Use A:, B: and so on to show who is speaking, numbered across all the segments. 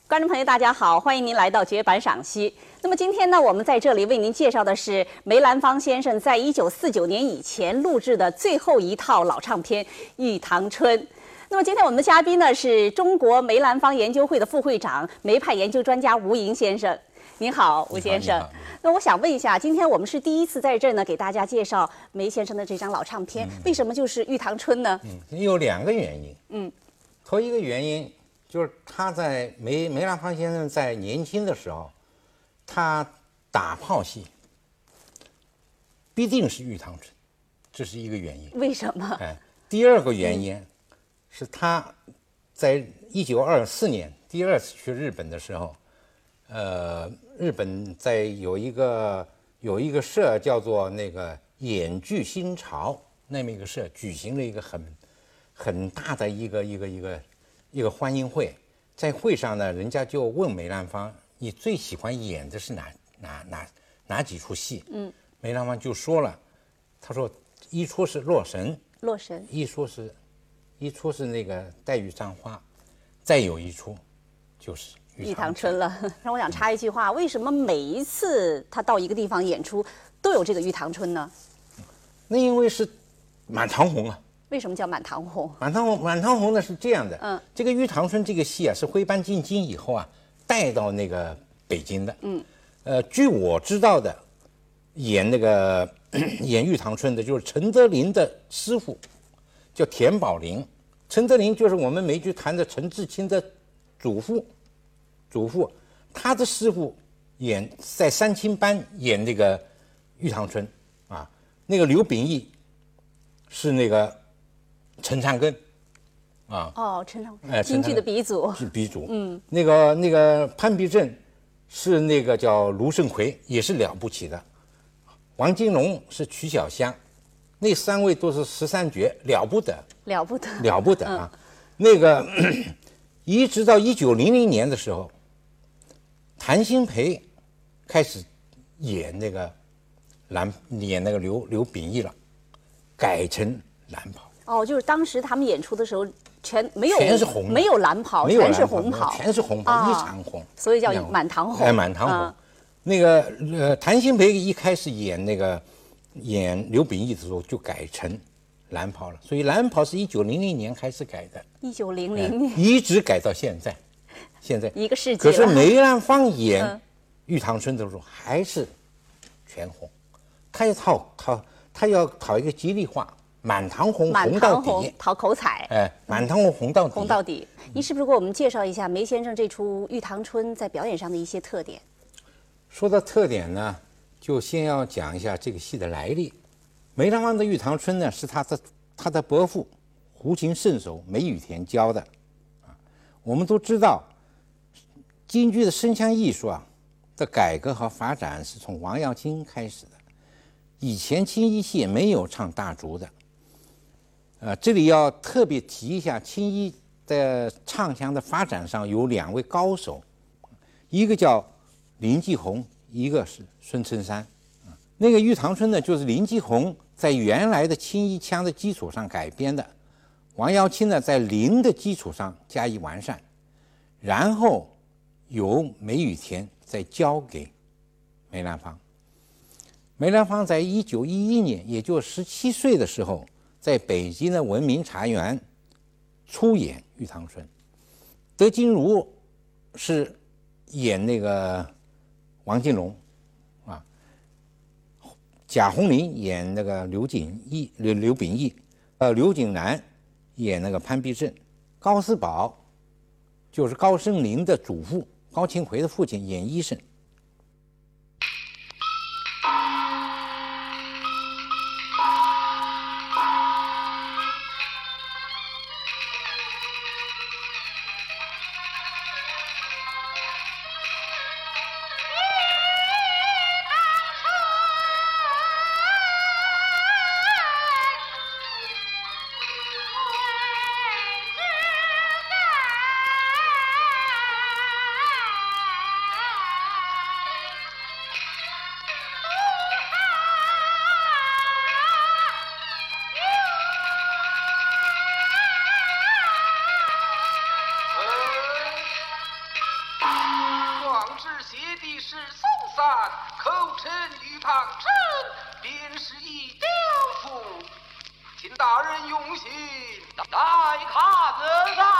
A: 观众朋友，大家好，欢迎您来到绝版赏析。那么今天呢，我们在这里为您介绍的是梅兰芳先生在1949年以前录制的最后一套老唱片《玉堂春》。那么今天我们的嘉宾呢是中国梅兰芳研究会的副会长、梅派研究专家吴莹先生。您好，吴先生。那我想问一下，今天我们是第一次在这儿呢给大家介绍梅先生的这张老唱片，为什么就是《玉堂春》呢？
B: 有两个原因。头一个原因就是他在梅兰芳先生在年轻的时候，他打炮戏必定是《玉堂春》，这是一个原因。
A: 为什么？
B: 第二个原因是他在1924年第二次去日本的时候，日本在有一个社叫做那个演剧新潮，那么一个社举行了一个很大的一个欢迎会。在会上呢，人家就问梅兰芳，你最喜欢演的是哪几出戏？梅兰芳就说了，他说一出是洛神，一出是那个黛玉葬花，再有一出就是玉堂春
A: 了。让我想插一句话，为什么每一次他到一个地方演出都有这个玉堂春呢？
B: 那因为是满堂红啊。
A: 为什么叫满堂红？
B: 满堂红呢是这样的，这个玉堂春这个戏啊是徽班进京以后啊带到那个北京的。据我知道的，演玉堂春的就是陈德霖的师傅，叫田宝林。陈德霖就是我们梅剧团的陈志清的祖父，他的师傅在三清班演那个玉堂春啊，那个刘秉义是那个陈长庚啊。
A: 陈长庚，京剧的鼻祖。
B: 那个潘必正是那个叫卢胜奎，也是了不起的。王金龙是曲小香，那三位都是13绝，了不得啊！那个一直到1900年的时候，谭鑫培开始演那个刘秉义了，改成蓝袍。
A: 就是当时他们演出的时候全
B: 是红的，
A: 没有蓝袍，全是红袍，
B: 一场红，
A: 所以叫满堂红。
B: 满堂红。那个谭鑫培一开始演刘秉义的时候就改成蓝袍了，所以蓝袍是1900年开始改的。
A: 1900年
B: 一直改到现在
A: 一个世纪了。
B: 可是梅兰芳演玉堂春的时候还是全红，他要讨一个吉利话，满堂红，红到底，
A: 讨口彩。
B: 满堂红，红到底。
A: 您是不是给我们介绍一下梅先生这出《玉堂春》在表演上的一些特点？
B: 说到特点呢，就先要讲一下这个戏的来历。梅兰芳的《玉堂春》呢，是他的伯父胡琴圣手梅雨田教的。我们都知道，京剧的声腔艺术的改革和发展是从王耀卿开始的。以前青衣戏没有唱大竹的。这里要特别提一下，青衣的唱腔的发展上有2位高手，一个叫林继红，一个是孙春山。那个《玉堂春》呢，就是林继红在原来的青衣腔的基础上改编的，王耀卿呢在林的基础上加以完善，然后由梅雨田再交给梅兰芳。梅兰芳在1911年，也就17岁的时候，在北京的文明茶园出演《玉堂春》。德金如是演那个王金龙贾宏林演那个刘秉义，刘景南演那个潘必正，高思宝就是高升林的祖父，高庆奎的父亲演医生。
C: 气势松散，口称玉堂春，便是一雕塑，请大人用心来看看。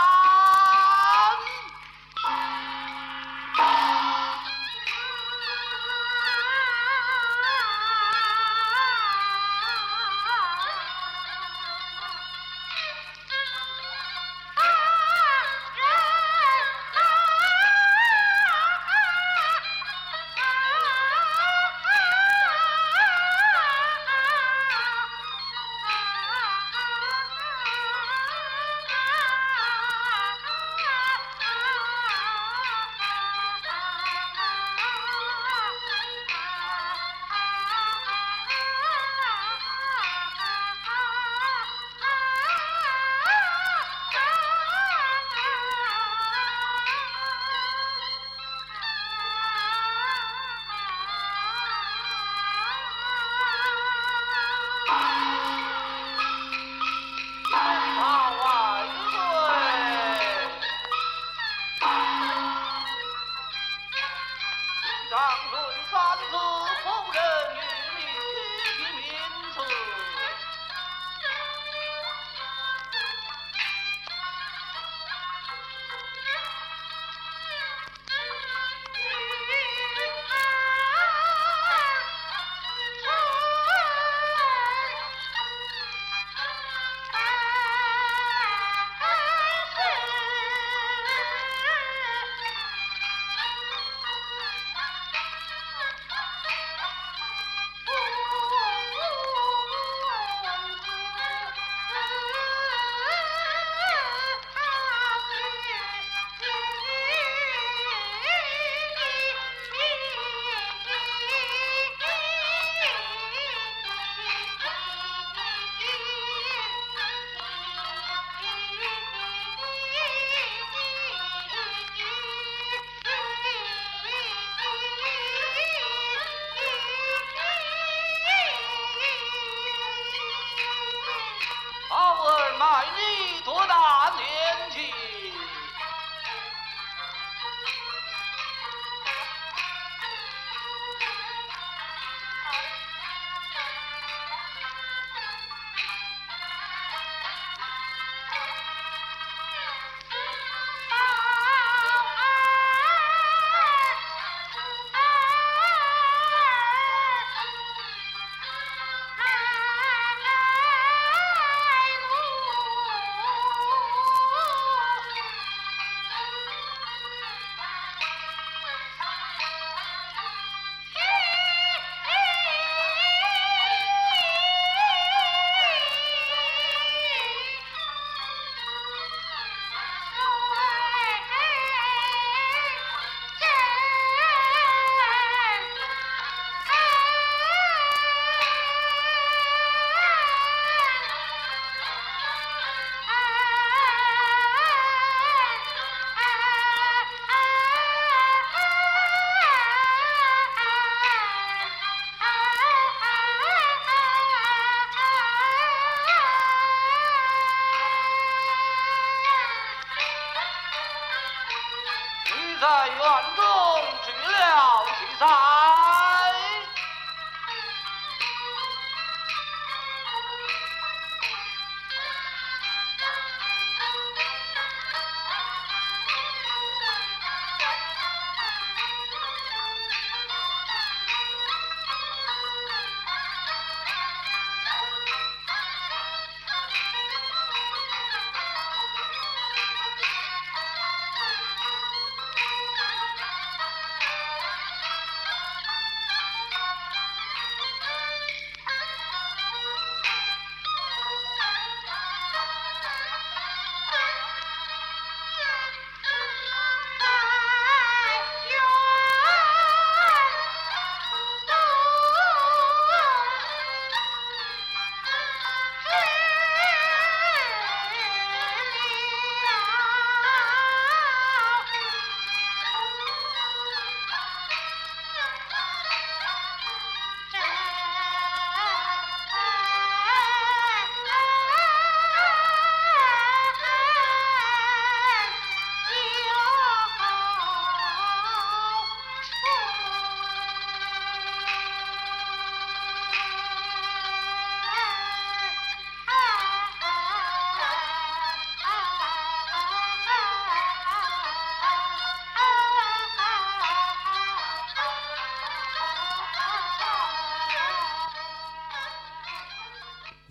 C: 在院中举了棋赛。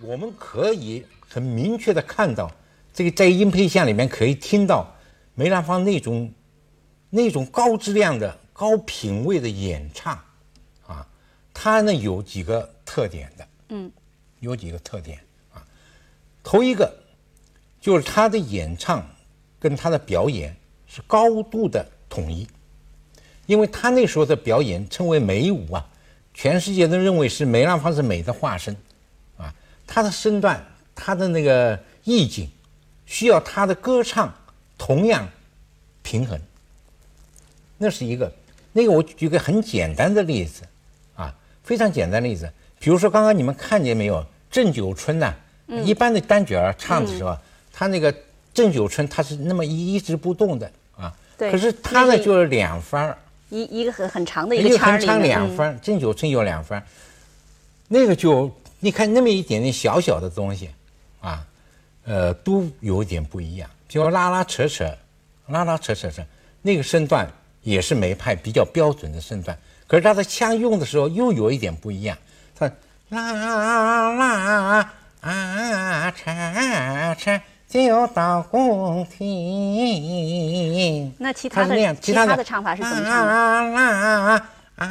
B: 我们可以很明确的看到，这个在音配像里面可以听到梅兰芳那种高质量的、高品位的演唱，啊，它呢有几个特点的，有几个特点啊。头一个就是他的演唱跟他的表演是高度的统一，因为他那时候的表演称为美舞啊，全世界都认为是梅兰芳是美的化身，啊，他的身段，他的那个意境，需要他的歌唱同样平衡。那是一个，那个我举个很简单的例子，啊，非常简单的例子，比如说刚刚你们看见没有，郑九春呐，一般的单角唱的时候，他那个郑九春他是那么一直不动的啊，
A: 对，
B: 可是他呢就是两番，
A: 一个很长的一
B: 个
A: 腔
B: 很长两番，郑九春有两番，那个就你看那么一点点小小的东西，啊，都有点不一样，比如拉拉扯扯，那个身段也是梅派比较标准的身段，可是他的腔用的时候又有一点不一样，他啦啦啊叉叉就到宫廷。
A: 那其他的唱法是怎么唱的？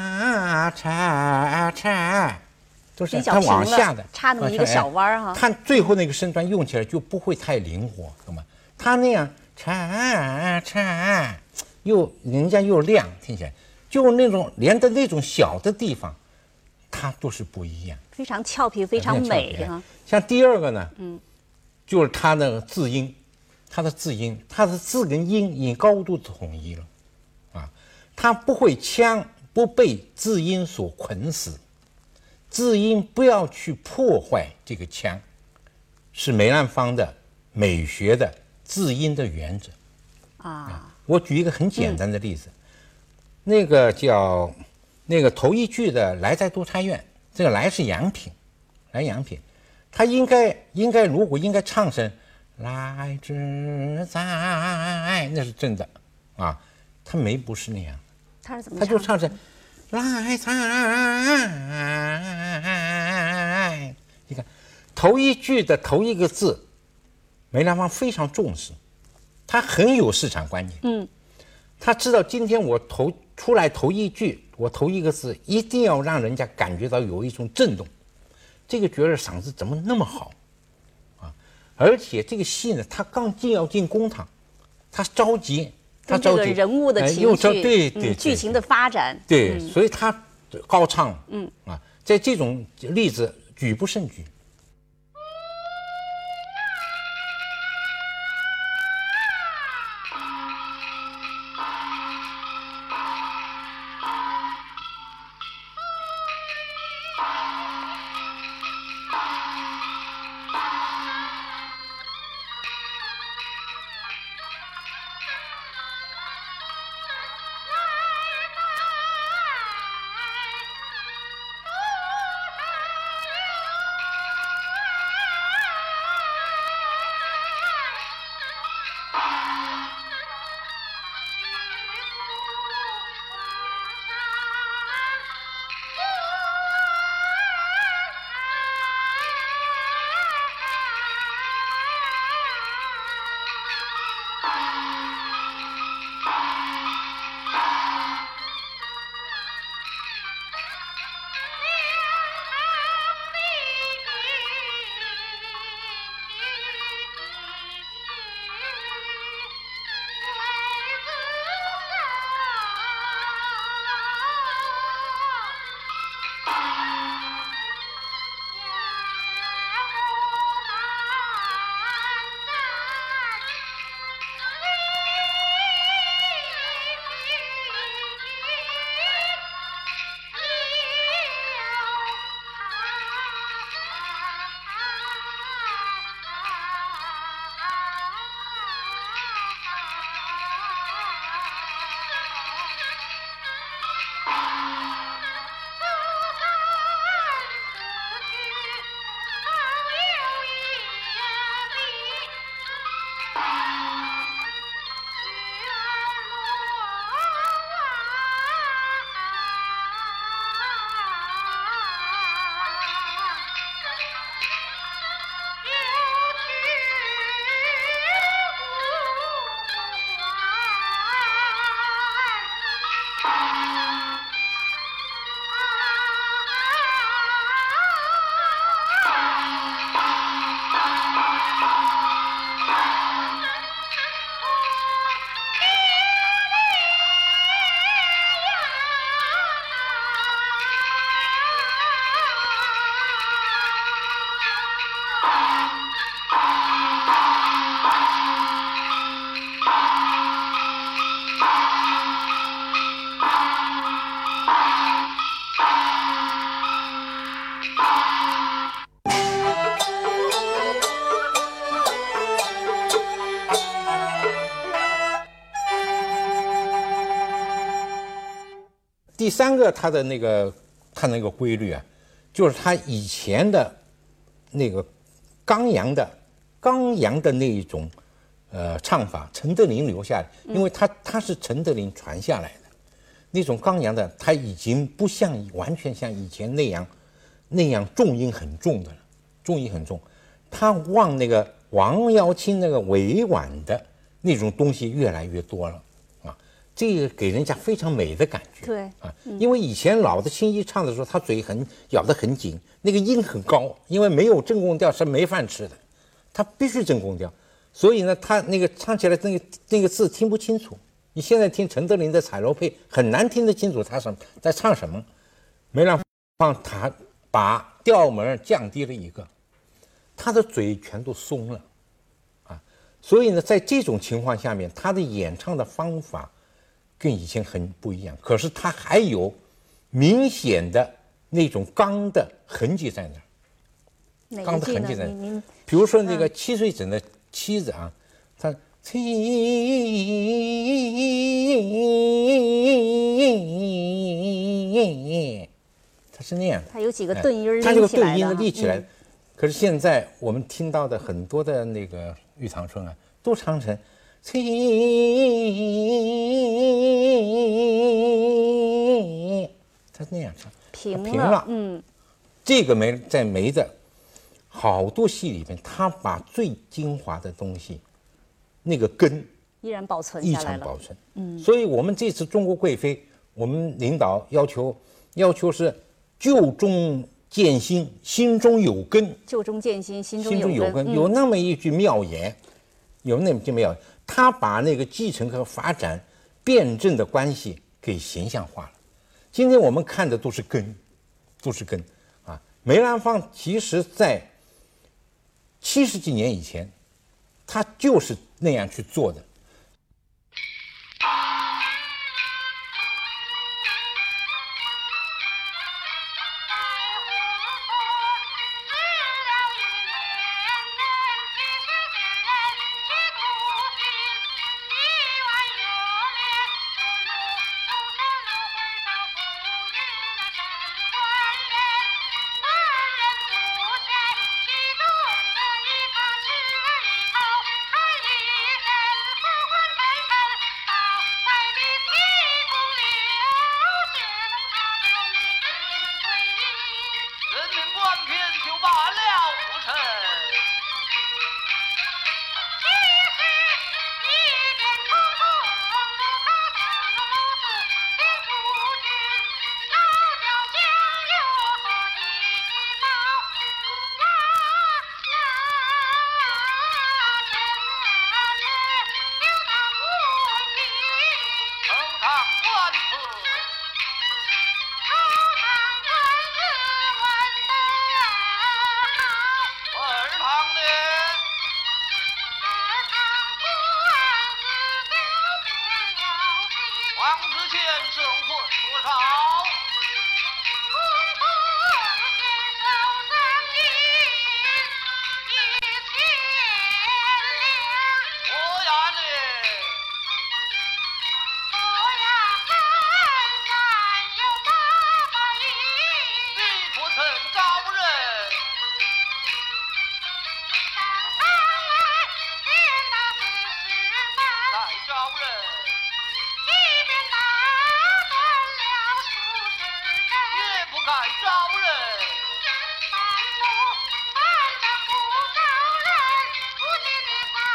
B: 叉叉，都是
A: 他
B: 往下的，
A: 插那么一个小弯哈。
B: 他最后那个身段用起来就不会太灵活，懂吗？他那样叉叉。人家又亮，听起来就那种连的那种小的地方，它都是不一样，
A: 非常俏皮，非常美啊。
B: 像第二个呢，就是它的字音，它的字跟音已经高度统一了，啊，它不会腔不被字音所捆死，字音不要去破坏这个腔，是梅兰芳的美学的字音的原则啊。我举一个很简单的例子，那个叫那个头一句的“来在督察院”，这个“来”是阳品，来阳品，他应该如果应该唱成“来自在”，那是真的啊，他梅不是那样，
A: 他是怎么
B: 唱？他就唱成“来在”，你看头一句的头一个字，梅兰芳非常重视。他很有市场观念，他知道今天我出来头一句，我头一个字一定要让人家感觉到有一种震动，这个角儿嗓子怎么那么好啊？而且这个戏呢，他刚要进公堂，他着急，
A: 这个人物的情绪，
B: 对
A: 剧情的发展，
B: 对，所以他高唱，在这种例子举不胜举。 第三个，它的那个规律啊，就是它以前的那个刚阳的那一种唱法，陈德霖留下来，因为他是陈德霖传下来的那种刚阳的，他已经不像完全像以前那样重音很重的了，重音很重，他往那个王瑶卿那个委婉的那种东西越来越多了。这个给人家非常美的感觉，
A: 对
B: 啊，因为以前老的青衣唱的时候，他嘴咬得很紧，那个音很高，因为没有正宫调是没饭吃的，他必须正宫调，所以呢，他那个唱起来那个字听不清楚。你现在听陈德霖的《彩楼配》，很难听得清楚他在唱什么。梅兰芳他把调门降低了一个，他的嘴全都松了，啊，所以呢，在这种情况下面，他的演唱的方法跟以前很不一样，可是它还有明显的那种刚的痕迹在那儿。刚的痕迹在那儿。比如说那个七岁整的妻子啊，他妻，他是那样的。
A: 他有几个顿音
B: 他这个顿音立起来。可是现在我们听到的很多的那个玉堂春啊，都唱成。他是那样唱，平了，这个梅的好多戏里面，他把最精华的东西，那个根
A: 依然保存下来了，
B: 异常保存。所以我们这次中国贵妃，我们领导要求是旧中见新，心中有根。
A: 旧中见新，心中有根，
B: 有那么一句妙言，他把那个继承和发展、辩证的关系给形象化了。今天我们看的都是根啊。梅兰芳其实在70几年以前，他就是那样去做的。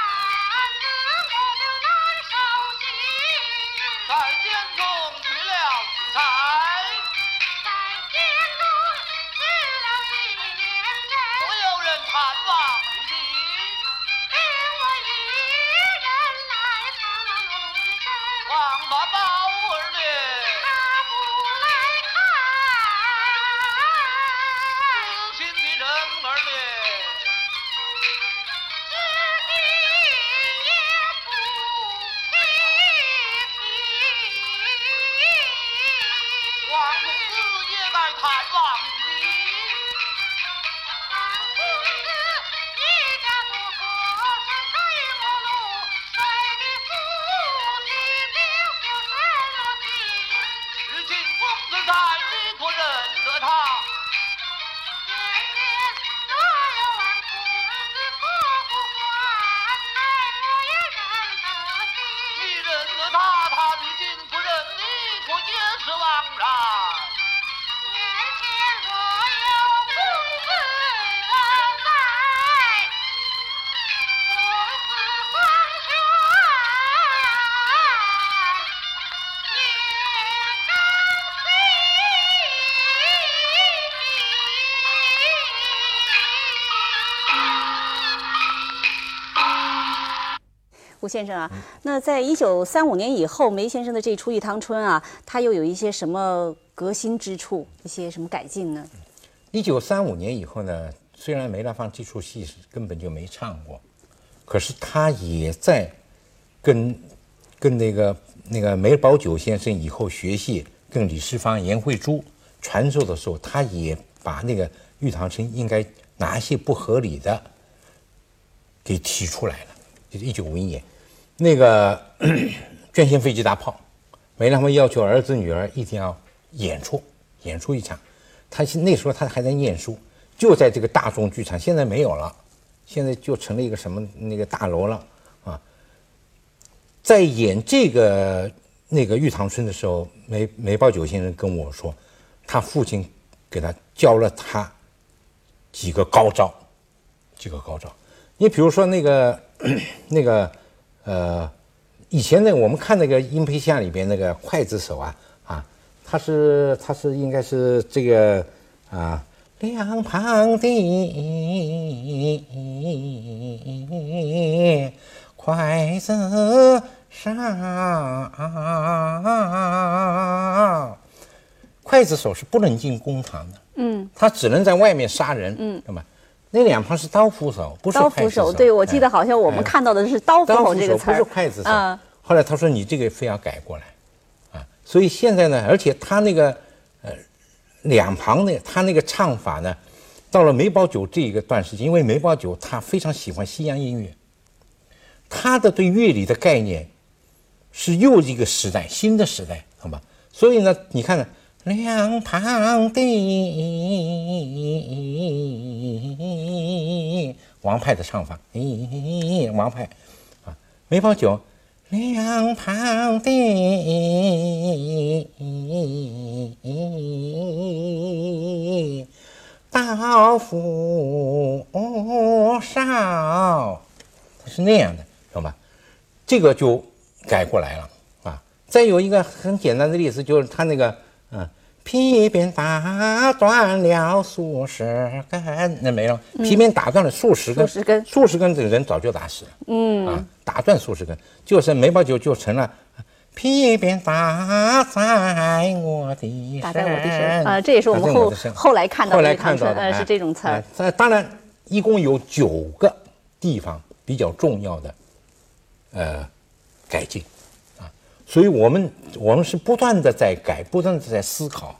C: 在监中去了才。
D: 在监中治了1年整，
C: 所有人探望于你，
D: 只我一人来讨龙身。
C: 王八宝儿呢？
D: 他不来看，
C: 父亲的人儿呢？
D: 至今也不提起。
C: 王公子也该探望于你。
D: 王公子，你家祖父是推我路，率领父亲领袖深入京。
C: 如今公子在，你可认得他？
D: 年年若有王公子托付还，我也认得
C: 你
D: 清。
C: 认得他，他如今不认你，可也是枉然。
D: 年前若有公子在，公子黄泉也当
A: 吴先生啊，那在1935年以后，梅先生的这出《玉堂春》啊，他又有一些什么革新之处，一些什么改进呢
B: 1935年以后呢，虽然梅兰芳这出戏是根本就没唱过，可是他也在跟那个梅葆玖先生以后学戏，跟李世芳、颜慧珠传授的时候，他也把那个《玉堂春》应该哪些不合理的给提出来了。就是1951年，那个卷线飞机大炮，梅兰芳要求儿子女儿一定要演出一场。那时候他还在念书，就在这个大众剧场，现在没有了，现在就成了一个什么那个大楼了啊。在演这个那个《玉堂春》的时候，梅葆玖先生跟我说，他父亲给他教了他几个高招。你比如说以前我们看那个殷培夏里边那个刽子手他是应该是这个两旁的刽子手，刽子手是不能进公堂的，他只能在外面杀人，对吧？那两旁是刀斧手，不是
A: 刀
B: 刽子手。
A: 斧手，对，我记得好像我们看到的是刀斧手这个词儿，
B: 不是刽子手。后来他说你这个非要改过来，所以现在呢，而且他那个两旁的他那个唱法呢，到了梅葆玖这一个段时间，因为梅葆玖他非常喜欢西洋音乐，他的对乐理的概念是又一个时代，新的时代，好吧？所以呢，你看看两旁的王派的唱法，王派梅葆玖两旁的刀斧手，是那样的，懂吧？这个就改过来了再有一个很简单的例子，就是他那个皮鞭打断了数十根，那没了。皮鞭打断了数十根，数十根这个人早就打死了。打断数十根，就是梅葆玖就成了皮鞭打在我的身，
A: 这也是我们后来看到的是这种词儿。
B: 当然，一共有9个地方比较重要的改进。所以我们是不断的在改，不断的在思考。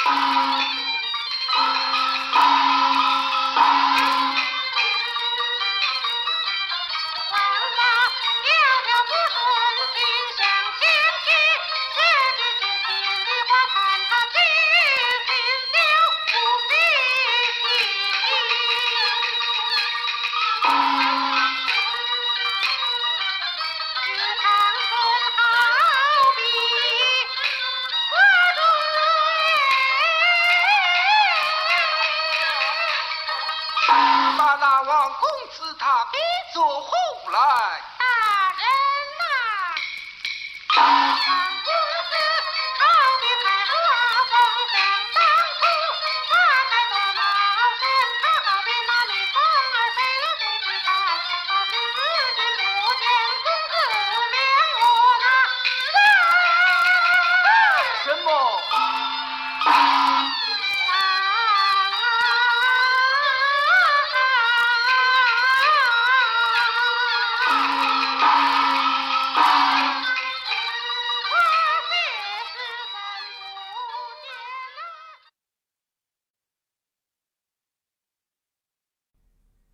C: 把那王公子他比作后来。
D: 大人呐，王公子好比开花风向